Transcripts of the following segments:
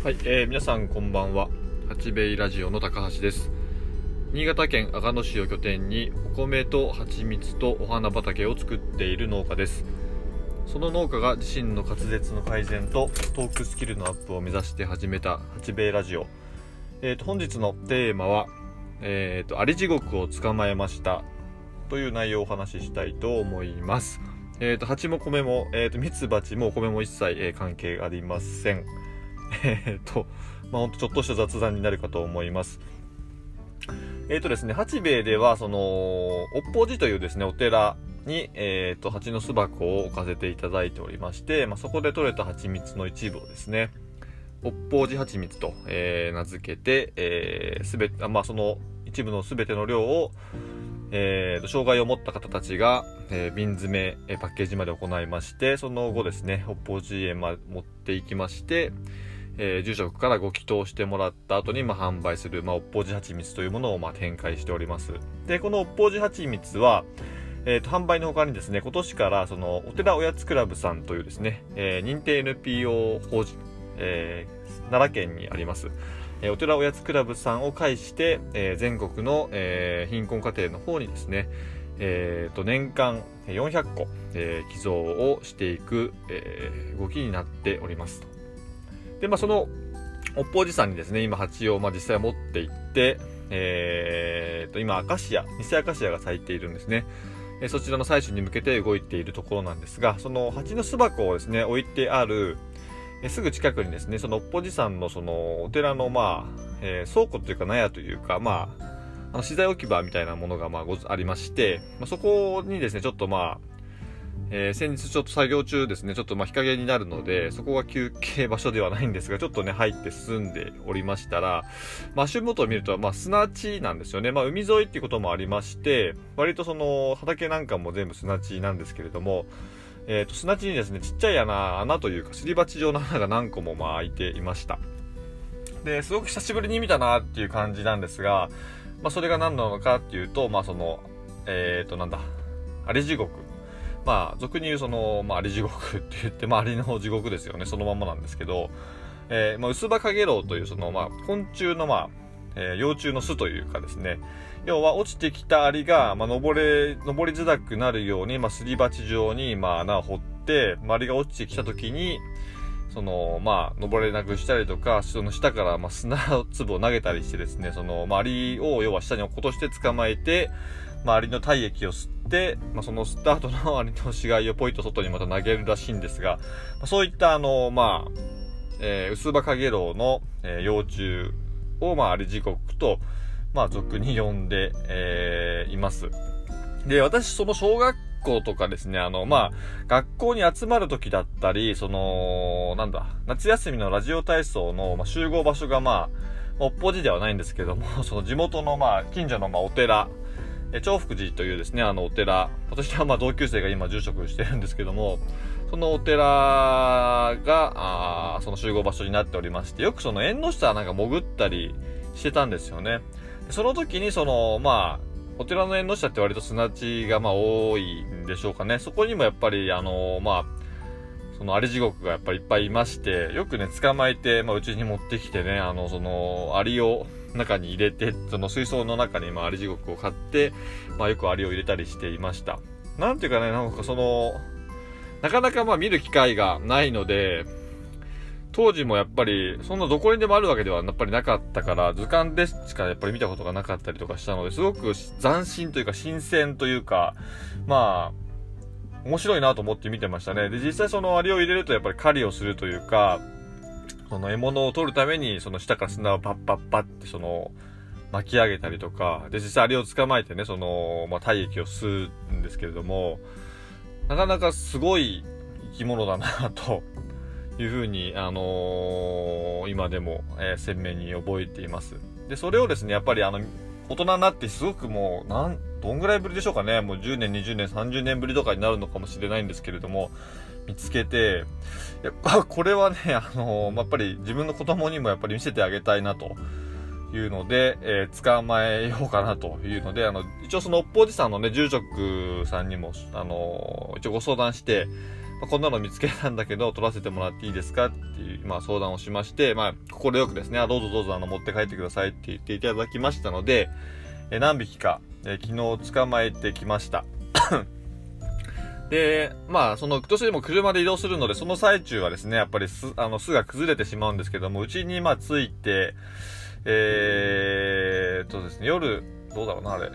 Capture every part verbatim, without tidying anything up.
はい、えー、皆さんこんばんは。八兵衛ラジオの高橋です。新潟県阿賀野市を拠点にお米と蜂蜜とお花畑を作っている農家です。その農家が自身の滑舌の改善とトークスキルのアップを目指して始めた八兵衛ラジオ。えーと、本日のテーマは、えーと、アリジゴクを捕まえましたという内容をお話ししたいと思います。えーと、蜂も米も、えーと、蜜蜂もお米も一切、えー、関係ありません。えーと、まあ、ほんとちょっとした雑談になるかと思います。えーとですね、八兵衛では、その、おっぽう寺というですね、お寺に、えーと、蜂の巣箱を置かせていただいておりまして、まあ、そこで採れた蜂蜜の一部をですね、おっぽう寺蜂蜜と、えー、名付けて、えー、すべて、まあ、その一部のすべての量を、えーと、障害を持った方たちが、えー、瓶詰め、えー、パッケージまで行いまして、その後ですね、おっぽう寺へ、ま、持っていきまして、えー、住職からご祈祷してもらった後に、まあ、販売する、まあ、おっぽう寺蜂蜜というものを、まあ、展開しております。で、このおっぽう寺蜂蜜は、えーと、販売の他にですね、今年からそのお寺おやつクラブさんというですね、えー、認定 エヌピーオー 法人、えー、奈良県にあります、えー、お寺おやつクラブさんを介して、えー、全国の、えー、貧困家庭の方にですね、えーと、年間よんひゃっこ、えー、寄贈をしていく、えー、動きになっておりますと。で、まあ、そのおっぽう寺さんにですね、今蜂を、まあ、実際持って行って、えーと、今アカシア、偽アカシアが咲いているんですね。えー、そちらの採取に向けて動いているところなんですが、その蜂の巣箱をですね、置いてある、えー、すぐ近くにですね、そのおっぽう寺さんのそのお寺の、まあ、えー、倉庫というか納屋というか、まあ、あの資材置き場みたいなものが、まあ、ごありまして、まあ、そこにですね、ちょっとまあ、えー、先日ちょっと作業中ですね、ちょっとまあ日陰になるので、そこが休憩場所ではないんですが、ちょっとね、入って進んでおりましたら、まあ、足元を見ると、まあ、砂地なんですよね。まあ、海沿いっていうこともありまして、割とその、畑なんかも全部砂地なんですけれども、えっと、砂地にですね、ちっちゃい穴、穴というか、すり鉢状の穴が何個もまあ開いていました。で、すごく久しぶりに見たなっていう感じなんですが、まあ、それが何なのかっていうと、まあ、その、えっと、なんだ、アリジゴク。まあ、俗に言うその、まあ、アリ地獄って言って、まあ、アリの地獄ですよね。そのままなんですけど、えー、まあ、ウスバカゲロウという、その、まあ、昆虫の、まあ、えー、幼虫の巣というかですね、要は落ちてきたアリが、まあ、登れ、登りづらくなるように、まあ、すり鉢状に、まあ、穴を掘って、まあ、アリが落ちてきた時に、その、まあ、登れなくしたりとか、その下から、まあ、砂粒を投げたりしてですね、その、まあ、アリを、要は下に落っことして捕まえて、まあ、アリの体液を吸って、まあ、その吸った後のアリの死骸をポイと外にまた投げるらしいんですが、まあ、そういったあの、まあ、えー、ウスバカゲロウの、えー、幼虫を、まあ、アリジゴクと、まあ、俗に呼んで、えー、います。で、私、その小学校とかですね、あの、まあ、学校に集まる時だったり、その、なんだ、夏休みのラジオ体操の、まあ、集合場所が、まあ、おっぽう寺ではないんですけども、その地元の、まあ、近所の、まあ、お寺、長福寺というですね、あのお寺、私はまあ同級生が今住職してるんですけども、そのお寺が、あその集合場所になっておりまして、よくその縁の下なんか潜ったりしてたんですよね。その時にその、まあ、お寺の縁の下って割と砂地がまあ多いんでしょうかね。そこにもやっぱり、あの、まあ、そのアリジゴクがやっぱりいっぱいいまして、よくね、捕まえて、まあ、うちに持ってきてね、あの、その、アリを、中に入れて、その水槽の中に、まあ、アリジゴクを買って、まあ、よくアリを入れたりしていました。なんていうかね、なんかその、なかなかまあ見る機会がないので、当時もやっぱり、そんなどこにでもあるわけではやっぱりなかったから、図鑑でしかやっぱり見たことがなかったりとかしたので、すごく斬新というか新鮮というか、まあ、面白いなと思って見てましたね。で、実際そのアリを入れるとやっぱり狩りをするというか、その獲物を取るために、その下から砂をパッパッパってその巻き上げたりとか、で、実際アリを捕まえてね、その、まあ、体液を吸うんですけれども、なかなかすごい生き物だなというふうに、あのー、今でも、えー、鮮明に覚えています。で、それをですね、やっぱりあの、大人になってすごくもう、なん、どんぐらいぶりでしょうかね、もうじゅうねん、にじゅうねん、さんじゅうねんぶりとかになるのかもしれないんですけれども、見つけて、やっぱこれはね、あのー、やっぱり自分の子供にもやっぱり見せてあげたいなというので、えー、捕まえようかなというので、あの、一応そのおっぽう寺さんのね、住職さんにも、あのー、一応ご相談して、 あ、こんなの見つけたんだけど取らせてもらっていいですかっていう、まあ、相談をしまして、まあ、快くですね、あ、どうぞどうぞあの持って帰ってくださいって言っていただきましたので、え何匹か、え昨日捕まえてきましたで、まあ、その、どうしても車で移動するので、その最中はですね、やっぱり巣、あの、巣が崩れてしまうんですけども、うちに、まあ、着いて、えーっとですね、夜、どうだろうな、あれ。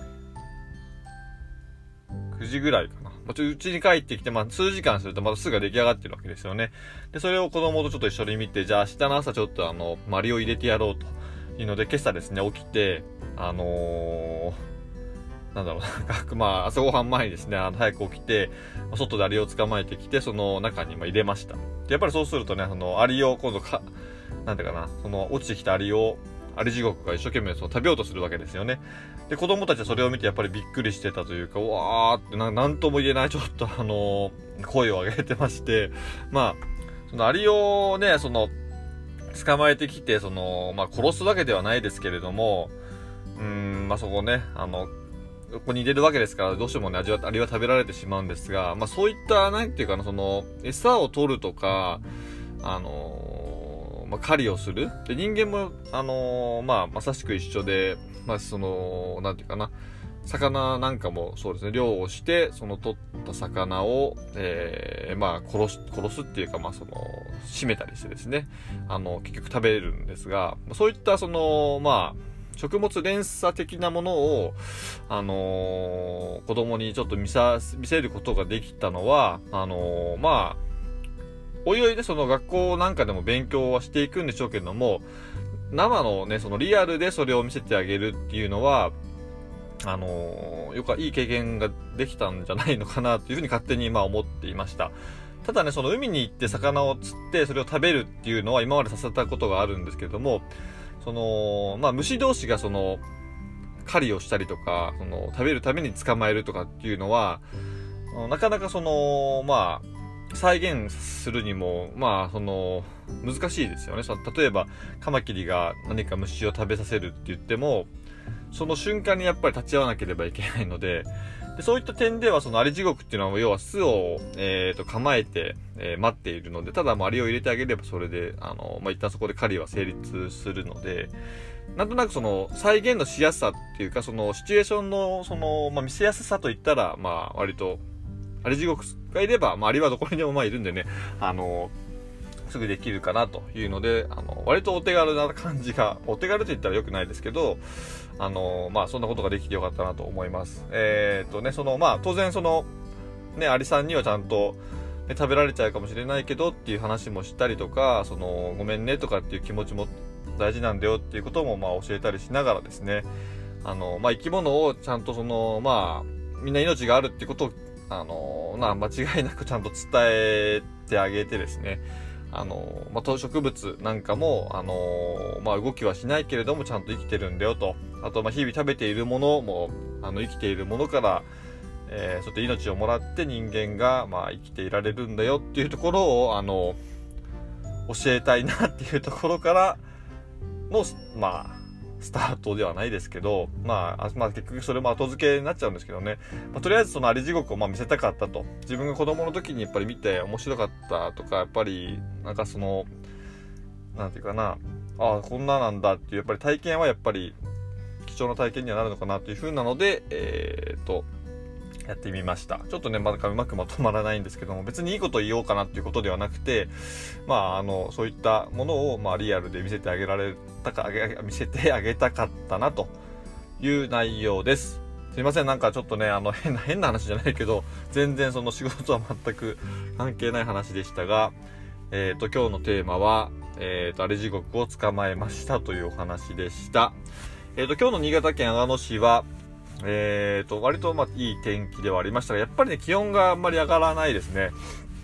くじぐらいかな。うちに帰ってきて、まあ、数時間するとまた巣が出来上がってるわけですよね。で、それを子供とちょっと一緒に見て、じゃあ明日の朝ちょっとあの、マリを入れてやろうというので、今朝ですね、起きて、あのー、なんだろうな、まあ、朝ごはん前にですね、あの、早く起きて、外でアリを捕まえてきて、その中にまあ入れました。で、やっぱりそうするとね、その、アリを今度か、なんていうかな、その、落ちてきたアリを、アリ地獄が一生懸命その食べようとするわけですよね。で、子供たちはそれを見てやっぱりびっくりしてたというか、うわーってな、なんとも言えないちょっとあのー、声を上げてまして、まあ、そのアリをね、その、捕まえてきて、その、まあ、殺すわけではないですけれども、うーん、まあ、そこね、あの、ここに入れるわけですから、どうしてもね、味は、アリは食べられてしまうんですが、まあ、そういった、なんていうかな、その、餌を取るとか、あのー、まあ、狩りをする。で、人間も、あのー、まあ、まさしく一緒で、まあ、その、なんていうかな、魚なんかもそうですね、漁をして、その取った魚を、えー、まあ、殺す、殺すっていうか、まあ、その、締めたりしてですね、あの、結局食べれるんですが、そういった、その、まあ、食物連鎖的なものを、あのー、子供にちょっと見さ、見せることができたのは、あのー、まあ、おいおいね、その学校なんかでも勉強はしていくんでしょうけども、生のね、そのリアルでそれを見せてあげるっていうのは、あのー、よくいい経験ができたんじゃないのかなというふうに勝手にまあ思っていました。ただね、その海に行って魚を釣ってそれを食べるっていうのは今までさせたことがあるんですけれども、その、まあ虫同士がその、狩りをしたりとか、その、食べるために捕まえるとかっていうのは、なかなかその、まあ、再現するにも、まあ、その、難しいですよね。その例えば、カマキリが何か虫を食べさせるって言っても、その瞬間にやっぱり立ち会わなければいけないので、でそういった点では、そのアリ地獄っていうのは、要は巣を、えー、と構えて、えー、待っているので、ただもうアリを入れてあげればそれで、あの、まあ、一旦そこで狩りは成立するので、なんとなくその再現のしやすさっていうか、そのシチュエーションの、その、まあ、見せやすさといったら、まあ、割と、アリ地獄がいれば、まあ、アリはどこにでもまあいるんでね、あの、すぐできるかなというので、あの、割とお手軽な感じが、お手軽と言ったら良くないですけど、あの、まあ、そんなことができてよかったなと思います。えー、っとね、その、まあ、当然その、ね、アリさんにはちゃんと、ね、食べられちゃうかもしれないけどっていう話もしたりとか、その、ごめんねとかっていう気持ちも大事なんだよっていうことも、まあ、教えたりしながらですね、あの、まあ、生き物をちゃんとその、まあ、みんな命があるっていうことを、あの、まあ、間違いなくちゃんと伝えてあげてですね、あの、まあ、植物なんかも、あの、まあ、動きはしないけれどもちゃんと生きてるんだよと。あと、まあ、日々食べているものも、あの、生きているものから、えー、そうやって命をもらって人間が、まあ、生きていられるんだよっていうところを、あの、教えたいなっていうところからの、まあ、スタートではないですけど、まあ、まあ、結局それも後付けになっちゃうんですけどね。まあ、とりあえずそのアリ地獄をまあ見せたかったと。自分が子供の時にやっぱり見て面白かったとか、やっぱり、なんかその、なんていうかな、ああ、こんななんだっていう、やっぱり体験はやっぱり貴重な体験にはなるのかなという風なので、えーと、やってみました。ちょっとね、まだうまくまとまらないんですけども、別にいいことを言おうかなっていうことではなくて、まあ、あの、そういったものを、まあ、リアルで見せてあげられたか、あげ、見せてあげたかったな、という内容です。すいません、なんかちょっとね、あの、変な、変な話じゃないけど、全然その仕事とは全く関係ない話でしたが、えっと、今日のテーマは、えっと、アリ地獄を捕まえましたというお話でした。えっと、今日の新潟県阿賀野市は、えーと、割とまあいい天気ではありましたが、やっぱりね、気温があんまり上がらないですね。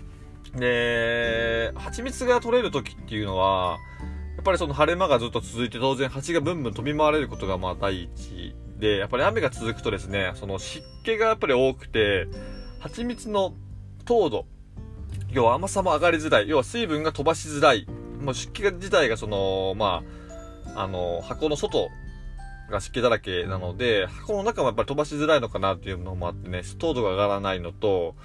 で、蜂蜜が取れる時っていうのは、やっぱりその晴れ間がずっと続いて、当然蜂がブンブン飛び回れることがまあ第一で、やっぱり雨が続くとですね、その湿気がやっぱり多くて、蜂蜜の糖度、要は甘さも上がりづらい、要は水分が飛ばしづらい、もう湿気自体がその、まあ、あの、箱の外、が湿気だらけなので、箱の中もやっぱり飛ばしづらいのかなっていうのもあってね、糖度が上がらないのと、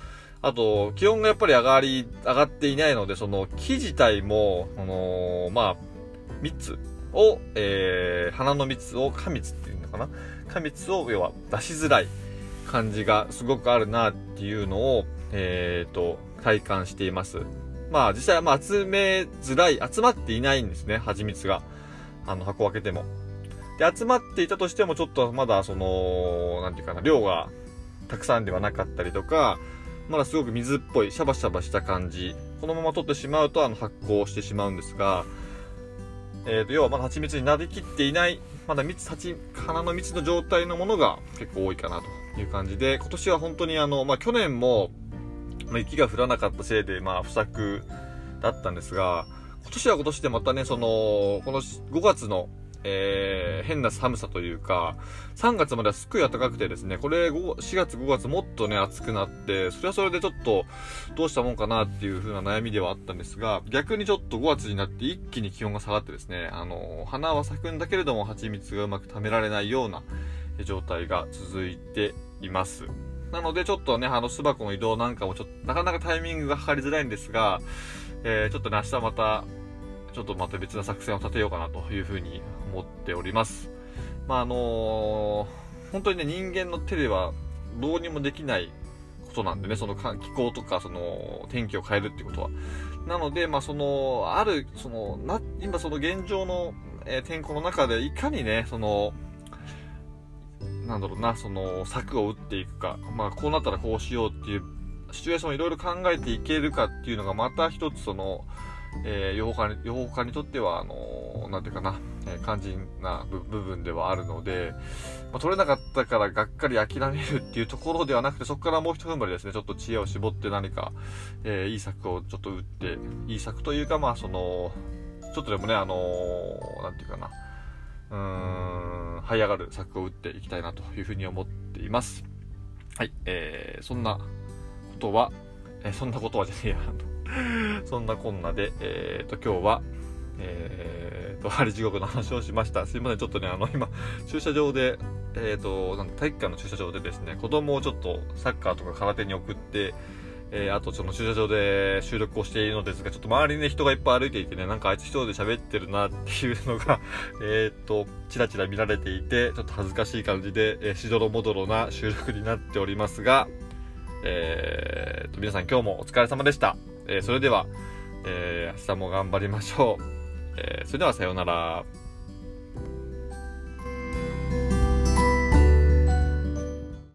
あと、気温がやっぱり上がり、上がっていないので、その木自体も、あのー、まあ、蜜を、えー、花の蜜を、果蜜っていうのかな？果蜜を、要は出しづらい感じがすごくあるなっていうのを、えーと、体感しています。まあ、実際はまあ、集めづらい、集まっていないんですね、蜂蜜が。あの、箱を開けても。で、集まっていたとしても、ちょっとまだ、その、なんていうかな、量がたくさんではなかったりとか、まだすごく水っぽい、シャバシャバした感じ。このまま取ってしまうと、あの、発酵してしまうんですが、えーと、要はまだ蜂蜜になりきっていない、まだ蜜、蜂、花の蜜の状態のものが結構多いかなという感じで、今年は本当にあの、まあ、去年も、まあ、雪が降らなかったせいで、まあ、不作だったんですが、今年は今年でまたね、その、このごがつの、えー、変な寒さというか、さんがつまではすっごい暖かくてですね、これしがつごがつもっとね暑くなって、それはそれでちょっとどうしたもんかなっていう風な悩みではあったんですが、逆にちょっとごがつになって一気に気温が下がってですね、あの花は咲くんだけれども蜂蜜がうまく貯められないような状態が続いています。なのでちょっとね、あの巣箱の移動なんかもちょっとなかなかタイミングが測りづらいんですが、えー、ちょっとね明日またちょっとまた別な作戦を立てようかなというふうに思っております。まああのー、本当にね、人間の手ではどうにもできないことなんでね、その気候とかその天気を変えるっていうことは。なので、まあその、ある、その、な、今その現状の、えー、天候の中でいかにね、その、なんだろうな、その策を打っていくか、まあこうなったらこうしようっていうシチュエーションをいろいろ考えていけるかっていうのがまた一つその、えー、予報家に、予報家にとっては、あのー、なんていうかな、えー、肝心な部分ではあるので、まあ、取れなかったからがっかり諦めるっていうところではなくて、そこからもう一踏ん張りですね、ちょっと知恵を絞って何か、えー、いい策をちょっと打って、いい策というか、まあ、その、ちょっとでもね、あのー、なんていうかな、うーん、這い上がる策を打っていきたいなというふうに思っています。はい、えー、そんなことは、えー、そんなことはじゃねえや、そんなこんなで、えーと、今日は、えーと、針地獄の話をしました。すいません、ちょっとね、あの、今、駐車場で、えーと、なん体育館の駐車場でですね、子供をちょっとサッカーとか空手に送って、えー、あとその駐車場で収録をしているのですが、ちょっと周りにね、人がいっぱい歩いていてね、なんかあいつ一人で喋ってるなっていうのが、えーと、チラチラ見られていて、ちょっと恥ずかしい感じで、えー、しどろもどろな収録になっておりますが、えーと、皆さん今日もお疲れ様でした。えー、それでは、えー、明日も頑張りましょう。えー、それではさようなら。